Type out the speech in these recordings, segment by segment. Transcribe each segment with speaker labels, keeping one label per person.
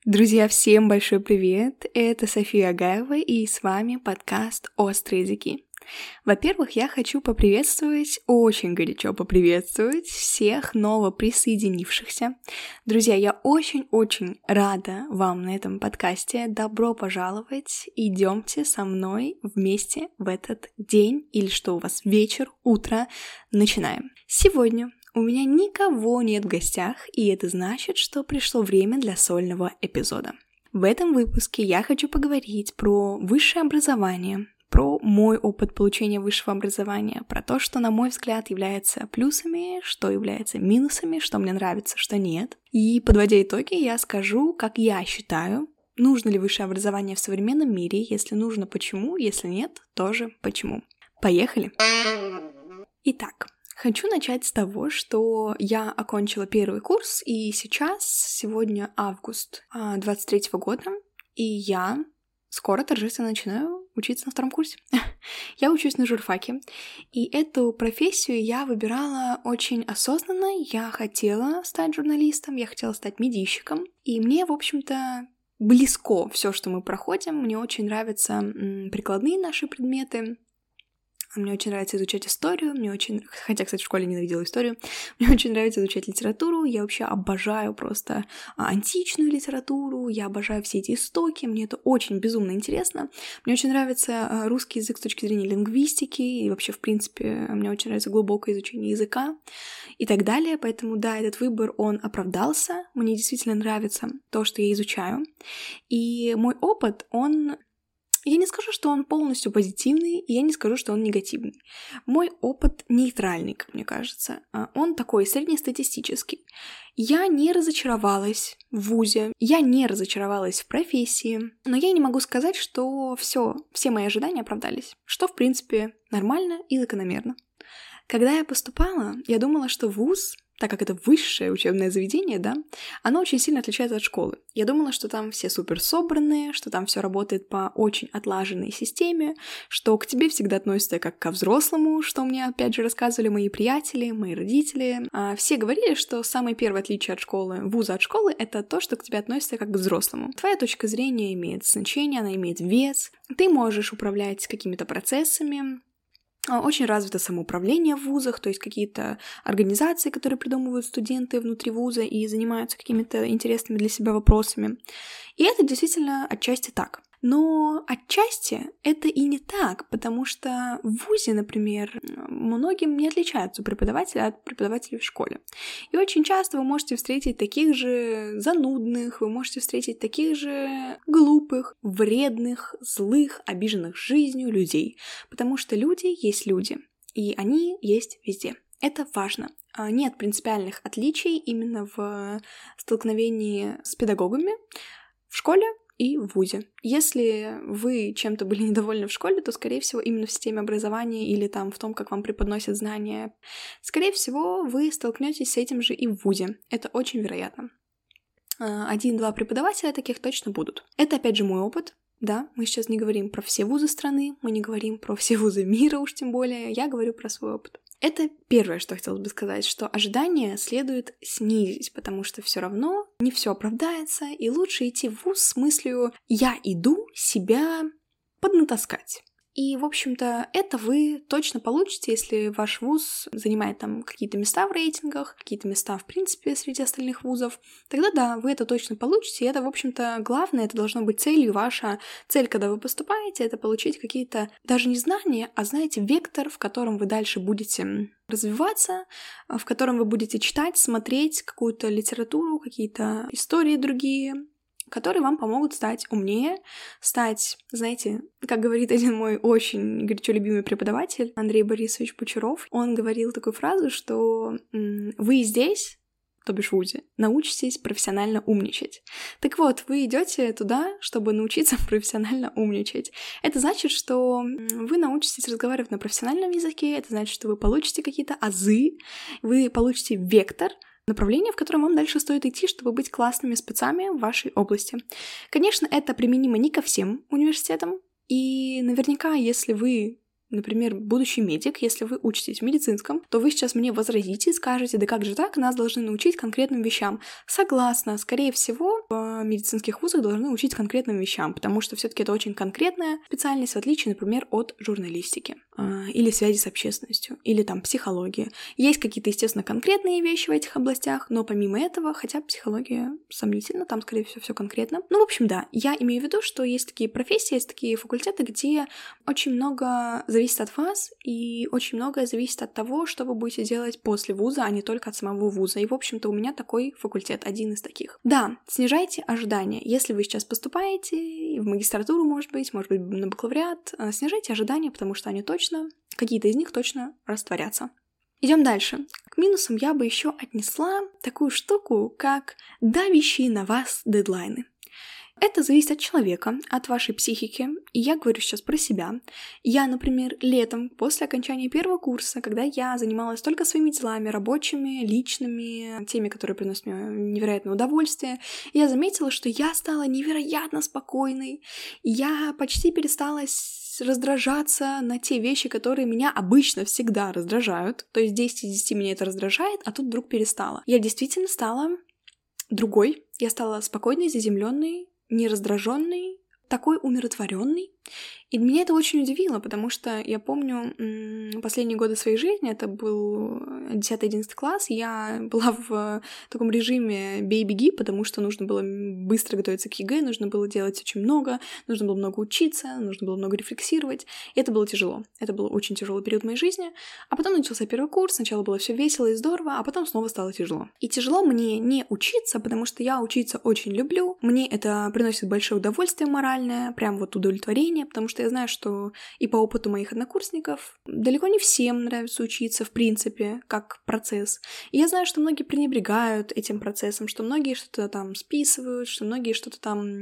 Speaker 1: Друзья, всем большой привет! Это София Агаева, и с вами подкаст «Острые языки». Во-первых, я хочу очень горячо поприветствовать всех новоприсоединившихся. Друзья, я очень-очень рада вам на этом подкасте. Добро пожаловать! Идемте со мной вместе в этот день, или что у вас вечер, утро. Начинаем! Сегодня у меня никого нет в гостях, и это значит, что пришло время для сольного эпизода. В этом выпуске я хочу поговорить про высшее образование, про мой опыт получения высшего образования, про то, что, на мой взгляд, является плюсами, что является минусами, что мне нравится, что нет. И, подводя итоги, я скажу, как я считаю, нужно ли высшее образование в современном мире, если нужно, почему, если нет, тоже почему. Поехали! Итак, хочу начать с того, что я окончила первый курс, и сегодня август 23-го года, и я скоро торжественно начинаю учиться на втором курсе. Я учусь на журфаке, и эту профессию я выбирала очень осознанно. Я хотела стать журналистом, я хотела стать медийщиком, и мне, в общем-то, близко все, что мы проходим. Мне очень нравятся прикладные наши предметы. Мне очень нравится изучать историю, хотя, кстати, в школе ненавидела историю, мне очень нравится изучать литературу, я вообще обожаю просто античную литературу, я обожаю все эти истоки, мне это очень безумно интересно. Мне очень нравится русский язык с точки зрения лингвистики, и вообще, в принципе, мне очень нравится глубокое изучение языка и так далее, поэтому, да, этот выбор, он оправдался, мне действительно нравится то, что я изучаю, и мой опыт, я не скажу, что он полностью позитивный, и я не скажу, что он негативный. Мой опыт нейтральный, как мне кажется. Он такой среднестатистический. Я не разочаровалась в вузе, я не разочаровалась в профессии, но я не могу сказать, что все мои ожидания оправдались, что, в принципе, нормально и закономерно. Когда я поступала, я думала, что вуз, так как это высшее учебное заведение, да, оно очень сильно отличается от школы. Я думала, что там все супер собранные, что там все работает по очень отлаженной системе, что к тебе всегда относятся как ко взрослому, что мне, опять же, рассказывали мои приятели, мои родители. Все говорили, что самое первое отличие вуза от школы — это то, что к тебе относятся как к взрослому. Твоя точка зрения имеет значение, она имеет вес, ты можешь управлять какими-то процессами. Очень развито самоуправление в вузах, то есть какие-то организации, которые придумывают студенты внутри вуза и занимаются какими-то интересными для себя вопросами. И это действительно отчасти так. Но отчасти это и не так, потому что в вузе, например, многим не отличаются преподаватели от преподавателей в школе. И очень часто вы можете встретить таких же занудных, вы можете встретить таких же глупых, вредных, злых, обиженных жизнью людей. Потому что люди есть люди, и они есть везде. Это важно. Нет принципиальных отличий именно в столкновении с педагогами в школе и в вузе. Если вы чем-то были недовольны в школе, то, скорее всего, именно в системе образования или там в том, как вам преподносят знания, скорее всего, вы столкнетесь с этим же и в вузе. Это очень вероятно. 1-2 преподавателя таких точно будут. Это, опять же, мой опыт. Да, мы сейчас не говорим про все вузы страны, мы не говорим про все вузы мира уж тем более, я говорю про свой опыт. Это первое, что хотелось бы сказать, что ожидания следует снизить, потому что все равно не все оправдается, и лучше идти в вуз с мыслью «я иду себя поднатаскать». И, в общем-то, это вы точно получите, если ваш вуз занимает там какие-то места в рейтингах, какие-то места, в принципе, среди остальных вузов. Тогда да, вы это точно получите, и это, в общем-то, главное, это должно быть целью. Ваша цель, когда вы поступаете, это получить какие-то, даже не знания, а, знаете, вектор, в котором вы дальше будете развиваться, в котором вы будете читать, смотреть какую-то литературу, какие-то истории другие, которые вам помогут стать умнее, стать, знаете, как говорит один мой очень горячо любимый преподаватель, Андрей Борисович Почаров, он говорил такую фразу, что вы здесь, то бишь в вузе, научитесь профессионально умничать. Так вот, вы идете туда, чтобы научиться профессионально умничать. Это значит, что вы научитесь разговаривать на профессиональном языке, это значит, что вы получите какие-то азы, вы получите вектор, направление, в котором вам дальше стоит идти, чтобы быть классными спецами в вашей области. Конечно, это применимо не ко всем университетам, и наверняка, если вы например, будущий медик, если вы учитесь в медицинском, то вы сейчас мне возразите и скажете, да как же так, нас должны научить конкретным вещам. Согласна, скорее всего, в медицинских вузах должны учить конкретным вещам, потому что все-таки это очень конкретная специальность, в отличие, например, от журналистики или связи с общественностью, или там психологии. Есть какие-то, естественно, конкретные вещи в этих областях, но помимо этого, хотя психология сомнительна, там, скорее всего, все конкретно. Ну, в общем, да, я имею в виду, что есть такие профессии, есть такие факультеты, где очень много зависит от вас, и очень многое зависит от того, что вы будете делать после вуза, а не только от самого вуза. И, в общем-то, у меня такой факультет, один из таких. Да, снижайте ожидания. Если вы сейчас поступаете в магистратуру, может быть, на бакалавриат, снижайте ожидания, потому что они точно, какие-то из них точно растворятся. Идем дальше. К минусам я бы еще отнесла такую штуку, как давящие на вас дедлайны. Это зависит от человека, от вашей психики, и я говорю сейчас про себя. Я, например, летом, после окончания первого курса, когда я занималась только своими делами, рабочими, личными, теми, которые приносят мне невероятное удовольствие, я заметила, что я стала невероятно спокойной, я почти перестала раздражаться на те вещи, которые меня обычно всегда раздражают. То есть 10 из 10 меня это раздражает, а тут вдруг перестала. Я действительно стала другой, я стала спокойной, заземленной, не раздраженный, такой умиротворенный. И меня это очень удивило, потому что я помню последние годы своей жизни, это был 10-11 класс, я была в таком режиме «бей-беги», потому что нужно было быстро готовиться к ЕГЭ, нужно было делать очень много, нужно было много учиться, нужно было много рефлексировать, и это было тяжело. Это был очень тяжелый период моей жизни, а потом начался первый курс, сначала было все весело и здорово, а потом снова стало тяжело. И тяжело мне не учиться, потому что я учиться очень люблю, мне это приносит большое удовольствие моральное, прям вот удовлетворение, потому что я знаю, что и по опыту моих однокурсников далеко не всем нравится учиться, в принципе, как процесс. И я знаю, что многие пренебрегают этим процессом, что многие что-то там списывают, что многие что-то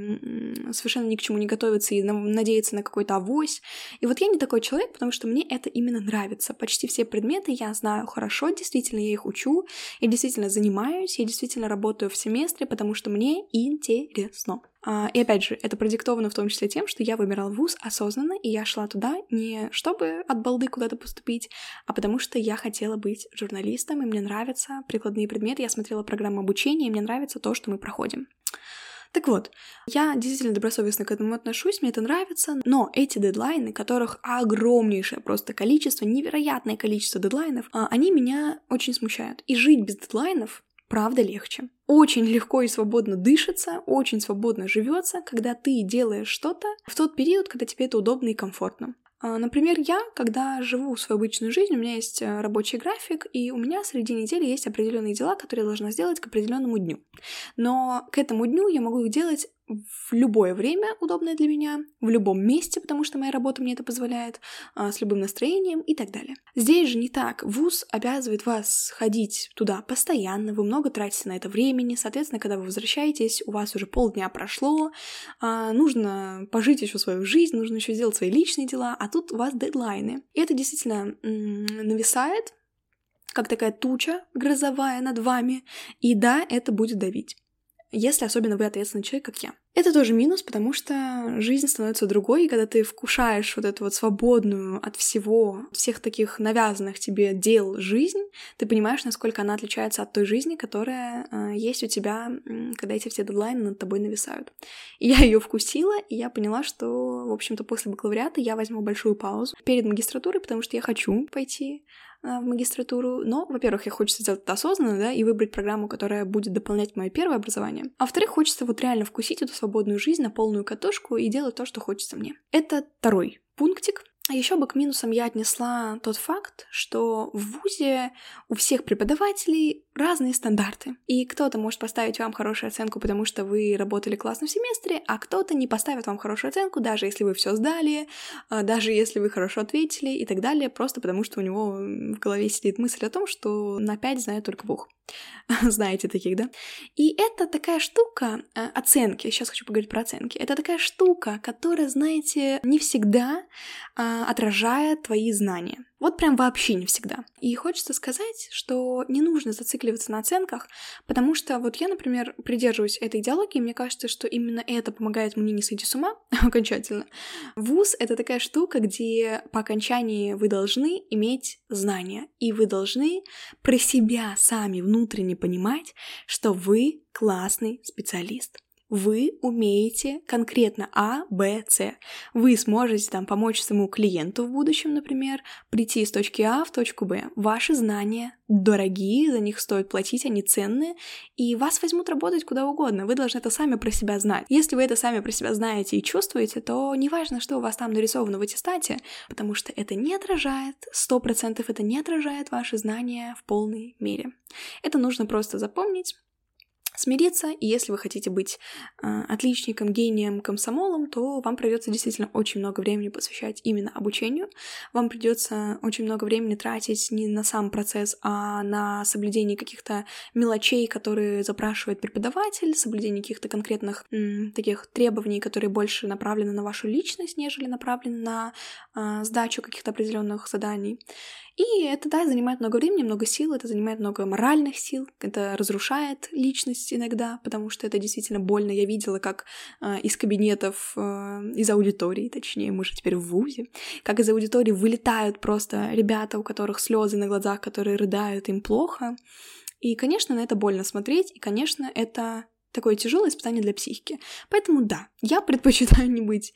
Speaker 1: там совершенно ни к чему не готовятся и надеются на какой-то авось. И вот я не такой человек, потому что мне это именно нравится. Почти все предметы я знаю хорошо, действительно я их учу, я действительно занимаюсь, я действительно работаю в семестре, потому что мне интересно. И опять же, это продиктовано в том числе тем, что я выбирала вуз осознанно, и я шла туда не чтобы от балды куда-то поступить, а потому что я хотела быть журналистом, и мне нравятся прикладные предметы, я смотрела программу обучения, и мне нравится то, что мы проходим. Так вот, я действительно добросовестно к этому отношусь, мне это нравится, но эти дедлайны, которых огромнейшее просто количество, невероятное количество дедлайнов, они меня очень смущают. И жить без дедлайнов правда легче. Очень легко и свободно дышится, очень свободно живется, когда ты делаешь что-то в тот период, когда тебе это удобно и комфортно. Например, я, когда живу свою обычную жизнь, у меня есть рабочий график, и у меня среди недели есть определенные дела, которые я должна сделать к определенному дню. Но к этому дню я могу их делать в любое время, удобное для меня, в любом месте, потому что моя работа мне это позволяет, с любым настроением и так далее. Здесь же не так. Вуз обязывает вас ходить туда постоянно, вы много тратите на это времени, соответственно, когда вы возвращаетесь, у вас уже полдня прошло, нужно пожить еще свою жизнь, нужно еще сделать свои личные дела, а тут у вас дедлайны. И это действительно нависает, как такая туча грозовая над вами, и да, это будет давить. Если особенно вы ответственный человек, как я. Это тоже минус, потому что жизнь становится другой, и когда ты вкушаешь вот эту вот свободную от всех таких навязанных тебе дел жизнь, ты понимаешь, насколько она отличается от той жизни, которая есть у тебя, когда эти все дедлайны над тобой нависают. И я ее вкусила, и я поняла, что, в общем-то, после бакалавриата я возьму большую паузу перед магистратурой, потому что я хочу пойти в магистратуру, но, во-первых, я хочется сделать это осознанно, да, и выбрать программу, которая будет дополнять мое первое образование, а во-вторых, хочется вот реально вкусить эту свободную жизнь на полную катушку и делать то, что хочется мне. Это второй пунктик. А еще бы к минусам я отнесла тот факт, что в вузе у всех преподавателей разные стандарты. И кто-то может поставить вам хорошую оценку, потому что вы работали классно в семестре, а кто-то не поставит вам хорошую оценку, даже если вы все сдали, даже если вы хорошо ответили и так далее, просто потому что у него в голове сидит мысль о том, что на 5 знает только Бог. Знаете таких, да? И это такая штука, оценки, сейчас хочу поговорить про оценки, это такая штука, которая, знаете, не всегда отражает твои знания. Вот прям вообще не всегда. И хочется сказать, что не нужно зацикливаться на оценках, потому что вот я, например, придерживаюсь этой идеологии, мне кажется, что именно это помогает мне не сойти с ума окончательно. Вуз — это такая штука, где по окончании вы должны иметь знания, и вы должны про себя сами внутренне понимать, что вы классный специалист. Вы умеете конкретно А, Б, С. Вы сможете там помочь своему клиенту в будущем, например, прийти с точки А в точку Б. Ваши знания дорогие, за них стоит платить, они ценные, и вас возьмут работать куда угодно. Вы должны это сами про себя знать. Если вы это сами про себя знаете и чувствуете, то неважно, что у вас там нарисовано в аттестате, потому что это не отражает, 100% это не отражает ваши знания в полной мере. Это нужно просто запомнить, смириться, и если вы хотите быть отличником, гением, комсомолом, то вам придется действительно очень много времени посвящать именно обучению. Вам придется очень много времени тратить не на сам процесс, а на соблюдение каких-то мелочей, которые запрашивает преподаватель, соблюдение каких-то конкретных таких требований, которые больше направлены на вашу личность, нежели направлены на сдачу каких-то определенных заданий. И это, да, занимает много времени, много сил, это занимает много моральных сил, это разрушает личность иногда, потому что это действительно больно. Я видела, как из кабинетов, из аудитории, точнее, мы же теперь в вузе, как из аудитории вылетают просто ребята, у которых слезы на глазах, которые рыдают, им плохо. И, конечно, на это больно смотреть, и, конечно, это такое тяжелое испытание для психики. Поэтому да, я предпочитаю не быть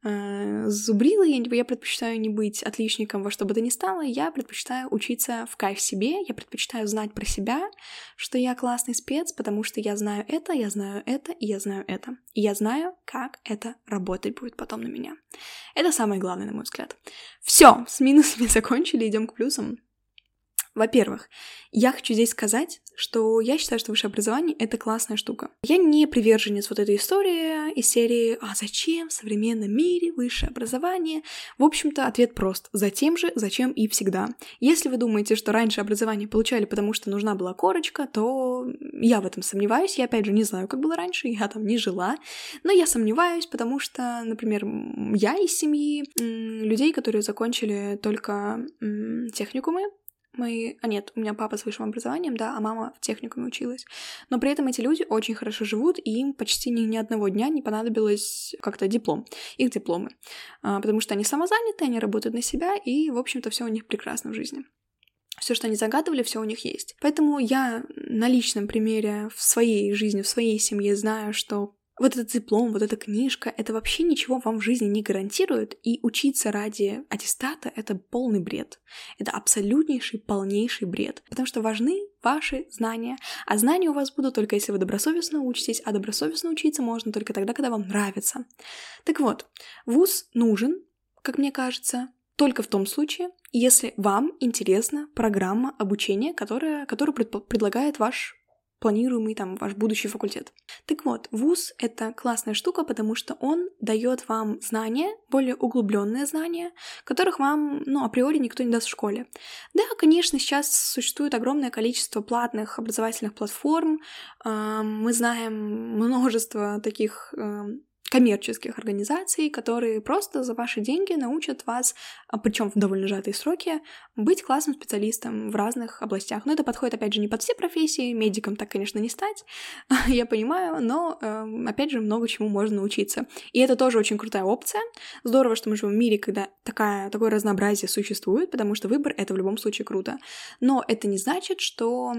Speaker 1: зубрилой, я предпочитаю не быть отличником во что бы то ни стало, я предпочитаю учиться в кайф себе, я предпочитаю знать про себя, что я классный спец, потому что я знаю это, я знаю это, и я знаю это. И я знаю, как это работать будет потом на меня. Это самое главное, на мой взгляд. Все, с минусами закончили, идем к плюсам. Во-первых, я хочу здесь сказать, что я считаю, что высшее образование — это классная штука. Я не приверженец вот этой истории из серии «А зачем в современном мире высшее образование?» В общем-то, ответ прост. Затем же, зачем и всегда. Если вы думаете, что раньше образование получали, потому что нужна была корочка, то я в этом сомневаюсь. Я, опять же, не знаю, как было раньше, я там не жила. Но я сомневаюсь, потому что, например, я из семьи людей, которые закончили только техникумы, нет, у меня папа с высшим образованием, да, а мама в техникуме училась. Но при этом эти люди очень хорошо живут, и им почти ни одного дня не понадобилось как-то их дипломы. Потому что они самозаняты, они работают на себя, и, в общем-то, все у них прекрасно в жизни. Все, что они загадывали, все у них есть. Поэтому я на личном примере в своей жизни, в своей семье знаю, что вот этот диплом, вот эта книжка, это вообще ничего вам в жизни не гарантирует, и учиться ради аттестата — это полный бред. Это абсолютнейший, полнейший бред, потому что важны ваши знания, а знания у вас будут только если вы добросовестно учитесь, а добросовестно учиться можно только тогда, когда вам нравится. Так вот, вуз нужен, как мне кажется, только в том случае, если вам интересна программа обучения, которую предлагает ваш планируемый там ваш будущий факультет. Так вот, вуз — это классная штука, потому что он дает вам знания, более углубленные знания, которых вам, априори никто не даст в школе. Да, конечно, сейчас существует огромное количество платных образовательных платформ, мы знаем множество таких коммерческих организаций, которые просто за ваши деньги научат вас, причем в довольно сжатые сроки, быть классным специалистом в разных областях. Но это подходит, опять же, не под все профессии, медиком так, конечно, не стать, я понимаю, но, опять же, много чему можно научиться. И это тоже очень крутая опция. Здорово, что мы живем в мире, когда такое разнообразие существует, потому что выбор — это в любом случае круто. Но это не значит, что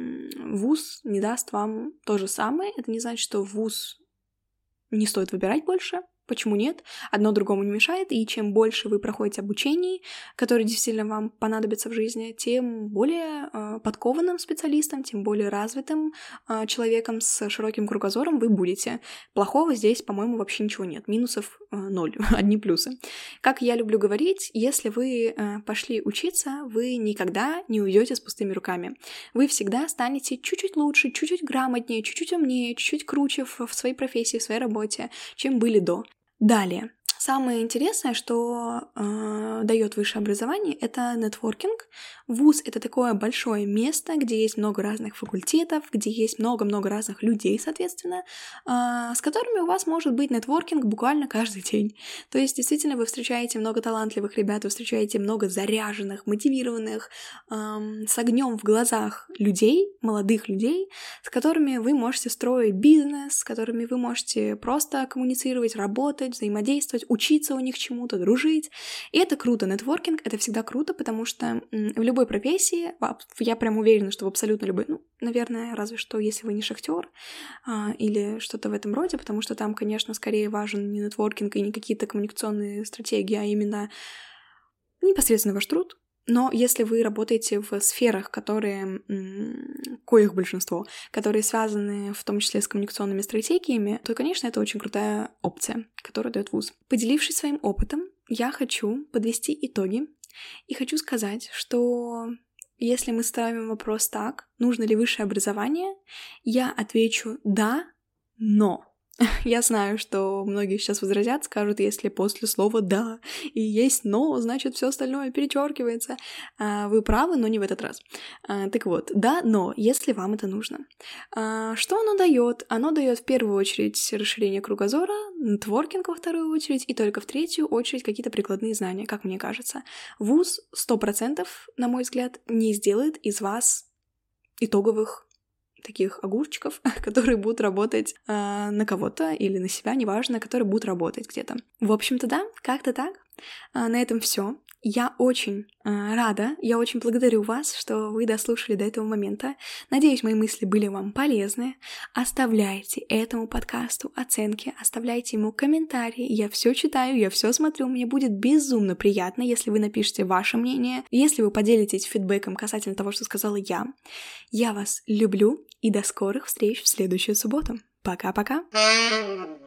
Speaker 1: вуз не даст вам то же самое, это не значит, что вуз не стоит выбирать больше. Почему нет? Одно другому не мешает, и чем больше вы проходите обучений, которые действительно вам понадобятся в жизни, тем более подкованным специалистом, тем более развитым человеком с широким кругозором вы будете. Плохого здесь, по-моему, вообще ничего нет. Минусов 0, одни плюсы. Как я люблю говорить, если вы пошли учиться, вы никогда не уйдете с пустыми руками. Вы всегда станете чуть-чуть лучше, чуть-чуть грамотнее, чуть-чуть умнее, чуть-чуть круче в своей профессии, в своей работе, чем были до. Далее, Самое интересное, что дает высшее образование, это нетворкинг. Вуз — это такое большое место, где есть много разных факультетов, где есть много-много разных людей, соответственно, с которыми у вас может быть нетворкинг буквально каждый день. То есть, действительно, вы встречаете много талантливых ребят, вы встречаете много заряженных, мотивированных, с огнем в глазах людей, молодых людей, с которыми вы можете строить бизнес, с которыми вы можете просто коммуницировать, работать, взаимодействовать, учиться у них чему-то, дружить. И это круто. Нетворкинг — это всегда круто, потому что в любой профессии, я прям уверена, что в абсолютно любой, наверное, разве что если вы не шахтер или что-то в этом роде, потому что там, конечно, скорее важен не нетворкинг и не какие-то коммуникационные стратегии, а именно непосредственно ваш труд. Но если вы работаете в сферах, коих большинство, которые связаны в том числе с коммуникационными стратегиями, то, конечно, это очень крутая опция, которую дает вуз. Поделившись своим опытом, я хочу подвести итоги и хочу сказать, что если мы ставим вопрос так, нужно ли высшее образование, я отвечу «да, но». Я знаю, что многие сейчас возразят, скажут, если после слова «да» и есть «но», значит, все остальное перечеркивается. Вы правы, но не в этот раз. Так вот, да, но, если вам это нужно. Что оно дает? Оно дает в первую очередь расширение кругозора, нетворкинг во вторую очередь, и только в третью очередь какие-то прикладные знания, как мне кажется. Вуз 100%, на мой взгляд, не сделает из вас итоговых таких огурчиков, которые будут работать на кого-то или на себя, неважно, которые будут работать где-то. В общем-то, да, как-то так. На этом все. Я очень рада, я очень благодарю вас, что вы дослушали до этого момента. Надеюсь, мои мысли были вам полезны. Оставляйте этому подкасту оценки, оставляйте ему комментарии. Я все читаю, я все смотрю. Мне будет безумно приятно, если вы напишите ваше мнение, если вы поделитесь фидбэком касательно того, что сказала я. Я вас люблю и до скорых встреч в следующую субботу. Пока-пока!